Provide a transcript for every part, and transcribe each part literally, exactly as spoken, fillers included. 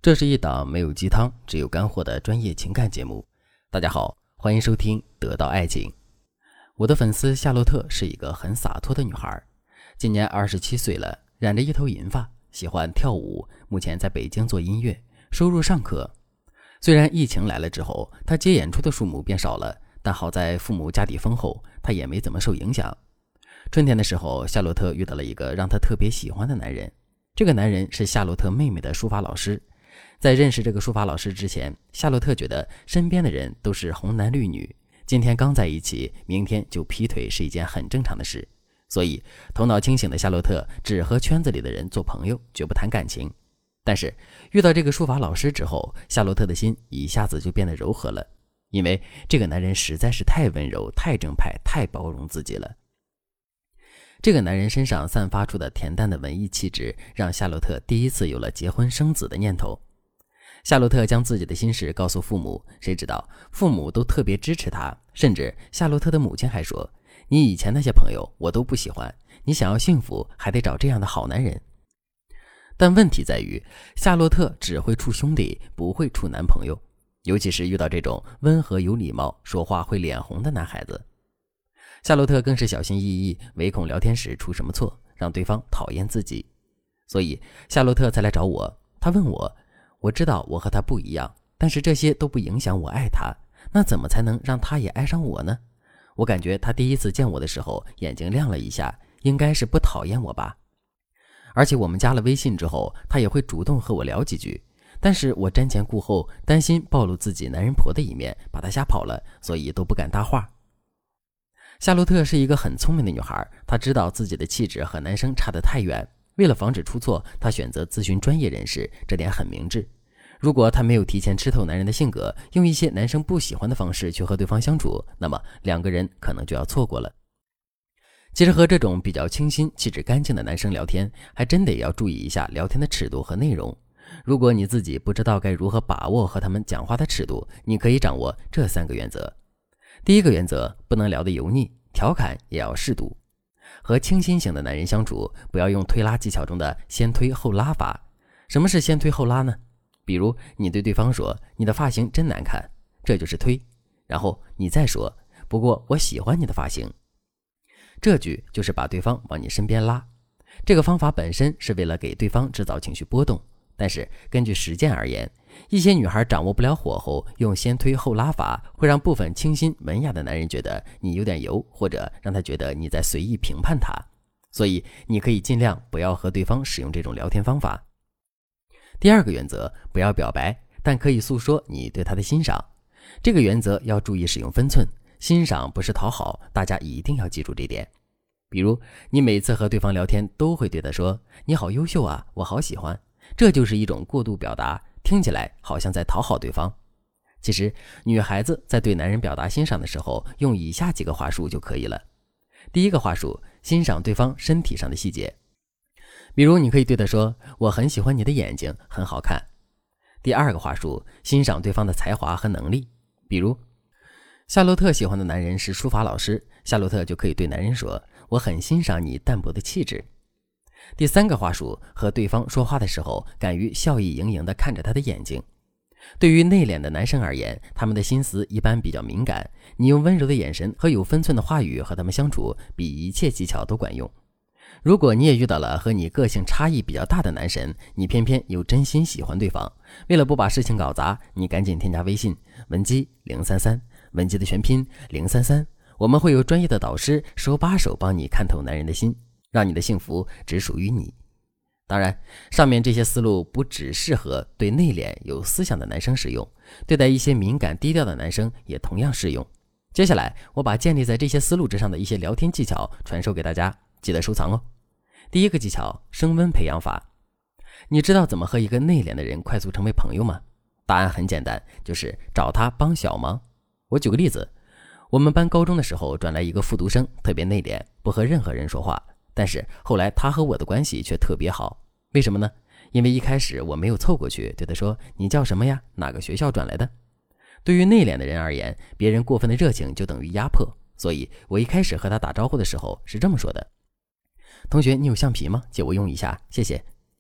这是一档没有鸡汤只有干货的专业情感节目。大家好，欢迎收听得到爱情。我的粉丝夏洛特是一个很洒脱的女孩，今年二十七岁了，染着一头银发，喜欢跳舞，目前在北京做音乐，收入尚可。虽然疫情来了之后，她接演出的数目变少了，但好在父母家底丰厚，她也没怎么受影响。春天的时候，夏洛特遇到了一个让她特别喜欢的男人，这个男人是夏洛特妹妹的书法老师。在认识这个书法老师之前，夏洛特觉得身边的人都是红男绿女，今天刚在一起，明天就劈腿是一件很正常的事。所以头脑清醒的夏洛特只和圈子里的人做朋友，绝不谈感情。但是遇到这个书法老师之后，夏洛特的心一下子就变得柔和了，因为这个男人实在是太温柔，太正派，太包容自己了。这个男人身上散发出的恬淡的文艺气质，让夏洛特第一次有了结婚生子的念头。夏洛特将自己的心事告诉父母，谁知道父母都特别支持他，甚至夏洛特的母亲还说，你以前那些朋友我都不喜欢，你想要幸福还得找这样的好男人。但问题在于，夏洛特只会处兄弟，不会处男朋友，尤其是遇到这种温和有礼貌、说话会脸红的男孩子。夏洛特更是小心翼翼，唯恐聊天时出什么错，让对方讨厌自己。所以夏洛特才来找我，他问我，我知道我和他不一样，但是这些都不影响我爱他，那怎么才能让他也爱上我呢？我感觉他第一次见我的时候眼睛亮了一下，应该是不讨厌我吧。而且我们加了微信之后，他也会主动和我聊几句，但是我瞻前顾后，担心暴露自己男人婆的一面，把他吓跑了，所以都不敢搭话。夏洛特是一个很聪明的女孩，她知道自己的气质和男生差得太远，为了防止出错，她选择咨询专业人士，这点很明智。如果她没有提前吃透男人的性格，用一些男生不喜欢的方式去和对方相处，那么两个人可能就要错过了。其实和这种比较清新、气质干净的男生聊天，还真得要注意一下聊天的尺度和内容。如果你自己不知道该如何把握和他们讲话的尺度，你可以掌握这三个原则。第一个原则，不能聊得油腻，调侃也要适度。和清新型的男人相处，不要用推拉技巧中的先推后拉法。什么是先推后拉呢？比如你对对方说，你的发型真难看，这就是推。然后你再说，不过我喜欢你的发型。这句就是把对方往你身边拉。这个方法本身是为了给对方制造情绪波动，但是根据实践而言，一些女孩掌握不了火候，用先推后拉法，会让部分清新文雅的男人觉得你有点油，或者让他觉得你在随意评判他。所以你可以尽量不要和对方使用这种聊天方法。第二个原则，不要表白，但可以诉说你对他的欣赏。这个原则要注意使用分寸，欣赏不是讨好，大家一定要记住这点。比如你每次和对方聊天都会对他说，你好优秀啊，我好喜欢，这就是一种过度表达，听起来好像在讨好对方。其实女孩子在对男人表达欣赏的时候，用以下几个话术就可以了。第一个话术，欣赏对方身体上的细节。比如你可以对他说，我很喜欢你的眼睛，很好看。第二个话术，欣赏对方的才华和能力。比如夏洛特喜欢的男人是书法老师，夏洛特就可以对男人说，我很欣赏你淡泊的气质。第三个话术，和对方说话的时候，敢于笑意盈盈地看着他的眼睛。对于内敛的男生而言，他们的心思一般比较敏感，你用温柔的眼神和有分寸的话语和他们相处，比一切技巧都管用。如果你也遇到了和你个性差异比较大的男神，你偏偏又真心喜欢对方，为了不把事情搞砸，你赶紧添加微信文姬零三三，文姬的全拼零三三，我们会有专业的导师手把手帮你看透男人的心，让你的幸福只属于你。当然，上面这些思路不只适合对内敛有思想的男生使用，对待一些敏感低调的男生也同样适用。接下来我把建立在这些思路之上的一些聊天技巧传授给大家，记得收藏哦。第一个技巧，升温培养法。你知道怎么和一个内敛的人快速成为朋友吗？答案很简单，就是找他帮小忙。我举个例子，我们班高中的时候转来一个复读生，特别内敛，不和任何人说话，但是后来他和我的关系却特别好。为什么呢？因为一开始我没有凑过去对他说，你叫什么呀？哪个学校转来的？对于内敛的人而言，别人过分的热情就等于压迫，所以我一开始和他打招呼的时候是这么说的，同学，你有橡皮吗？借我用一下，谢谢。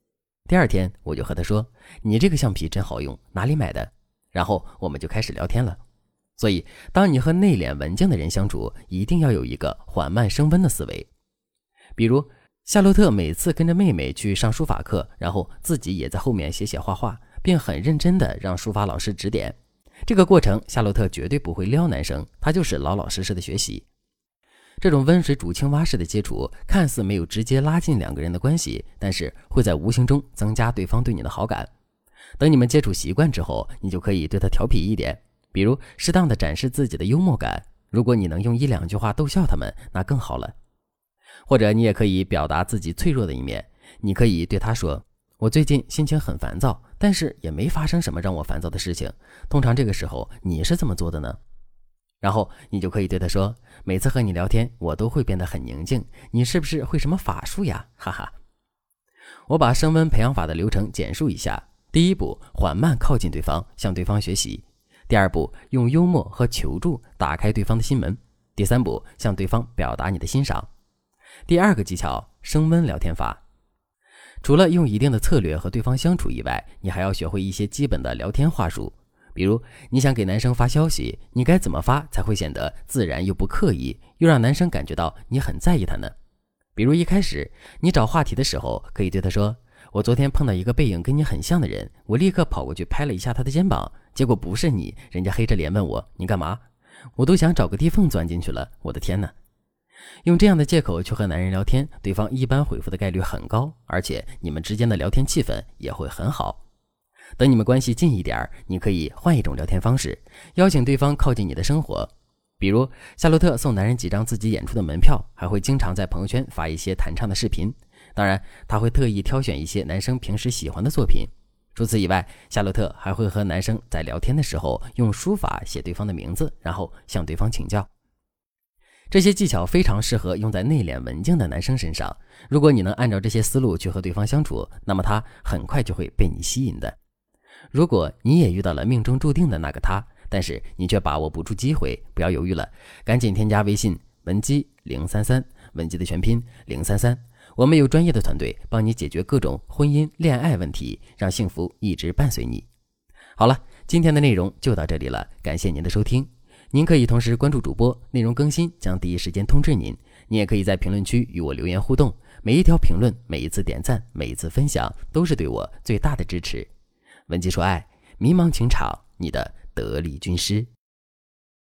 第二天我就和他说，你这个橡皮真好用，哪里买的？然后我们就开始聊天了。所以当你和内敛文静的人相处，一定要有一个缓慢升温的思维。比如夏洛特每次跟着妹妹去上书法课，然后自己也在后面写写画画，并很认真地让书法老师指点。这个过程夏洛特绝对不会撩男生，他就是老老实实的学习。这种温水煮青蛙式的接触看似没有直接拉近两个人的关系，但是会在无形中增加对方对你的好感。等你们接触习惯之后，你就可以对他调皮一点，比如适当的展示自己的幽默感，如果你能用一两句话逗笑他们，那更好了。或者你也可以表达自己脆弱的一面，你可以对他说，我最近心情很烦躁，但是也没发生什么让我烦躁的事情，通常这个时候你是怎么做的呢？然后你就可以对他说，每次和你聊天我都会变得很宁静，你是不是会什么法术呀？哈哈。我把升温培养法的流程简述一下。第一步，缓慢靠近对方，向对方学习。第二步，用幽默和求助打开对方的心门。第三步，向对方表达你的欣赏。第二个技巧，升温聊天法。除了用一定的策略和对方相处以外，你还要学会一些基本的聊天话术。比如你想给男生发消息，你该怎么发才会显得自然又不刻意，又让男生感觉到你很在意他呢？比如一开始你找话题的时候，可以对他说，我昨天碰到一个背影跟你很像的人，我立刻跑过去拍了一下他的肩膀，结果不是你，人家黑着脸问我你干嘛，我都想找个地缝钻进去了，我的天哪。用这样的借口去和男人聊天，对方一般回复的概率很高，而且你们之间的聊天气氛也会很好。等你们关系近一点，你可以换一种聊天方式，邀请对方靠近你的生活。比如夏洛特送男人几张自己演出的门票，还会经常在朋友圈发一些弹唱的视频，当然他会特意挑选一些男生平时喜欢的作品。除此以外，夏洛特还会和男生在聊天的时候用书法写对方的名字，然后向对方请教。这些技巧非常适合用在内敛文静的男生身上，如果你能按照这些思路去和对方相处，那么他很快就会被你吸引的。如果你也遇到了命中注定的那个他，但是你却把握不住机会，不要犹豫了，赶紧添加微信文姬零三三，文姬的全拼零三三，我们有专业的团队帮你解决各种婚姻恋爱问题，让幸福一直伴随你。好了，今天的内容就到这里了，感谢您的收听。您可以同时关注主播，内容更新将第一时间通知您。你也可以在评论区与我留言互动，每一条评论，每一次点赞，每一次分享，都是对我最大的支持。文姬说爱，迷茫情场，你的得力军师。